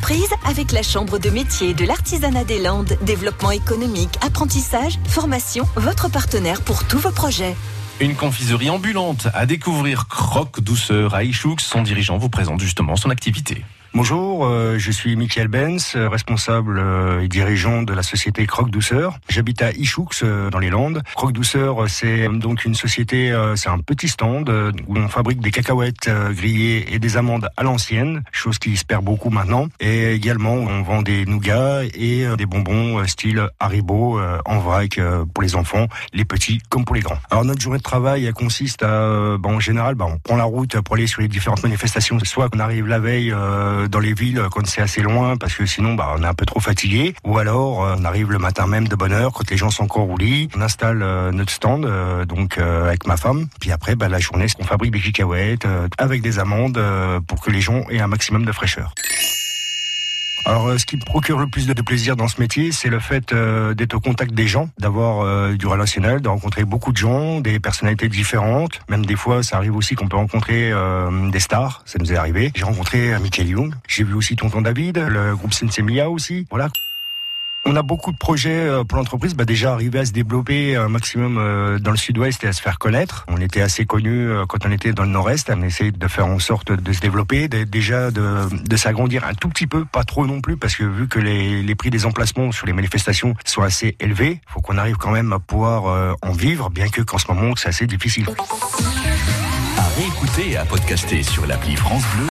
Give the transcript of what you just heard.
entreprise avec la Chambre de métier de l'artisanat des Landes. Développement économique, apprentissage, formation, votre partenaire pour tous vos projets. Une confiserie ambulante à découvrir. Croque Douceur à Ichoux. Son dirigeant vous présente justement son activité. Bonjour, je suis Michael Benz, responsable et dirigeant de la société Croque Douceur. J'habite à Ichoux, dans les Landes. Croque Douceur, c'est donc une société, c'est un petit stand où on fabrique des cacahuètes grillées et des amandes à l'ancienne, chose qui se perd beaucoup maintenant. Et également, on vend des nougats et des bonbons style Haribo en vrac pour les enfants, les petits comme pour les grands. Alors notre journée de travail, elle consiste à, en général, on prend la route pour aller sur les différentes manifestations. Soit qu'on arrive la veille dans les villes quand c'est assez loin parce que sinon on est un peu trop fatigué, ou alors on arrive le matin même de bonne heure quand les gens sont encore au lit. On installe notre stand avec ma femme, puis après la journée on fabrique des cacahuètes avec des amandes pour que les gens aient un maximum de fraîcheur. Alors, ce qui me procure le plus de plaisir dans ce métier, c'est le fait d'être au contact des gens, d'avoir du relationnel, de rencontrer beaucoup de gens, des personnalités différentes. Même des fois, ça arrive aussi qu'on peut rencontrer des stars. Ça nous est arrivé. J'ai rencontré Michael Young. J'ai vu aussi Tonton David, le groupe Sensei Mia aussi. Voilà. On a beaucoup de projets pour l'entreprise, déjà arriver à se développer un maximum dans le sud-ouest et à se faire connaître. On était assez connus quand on était dans le nord-est. On essaie de faire en sorte de se développer, de s'agrandir un tout petit peu, pas trop non plus, parce que vu que les prix des emplacements sur les manifestations sont assez élevés, faut qu'on arrive quand même à pouvoir en vivre, bien que qu'en ce moment c'est assez difficile. À réécouter et à podcaster sur l'appli France Bleu.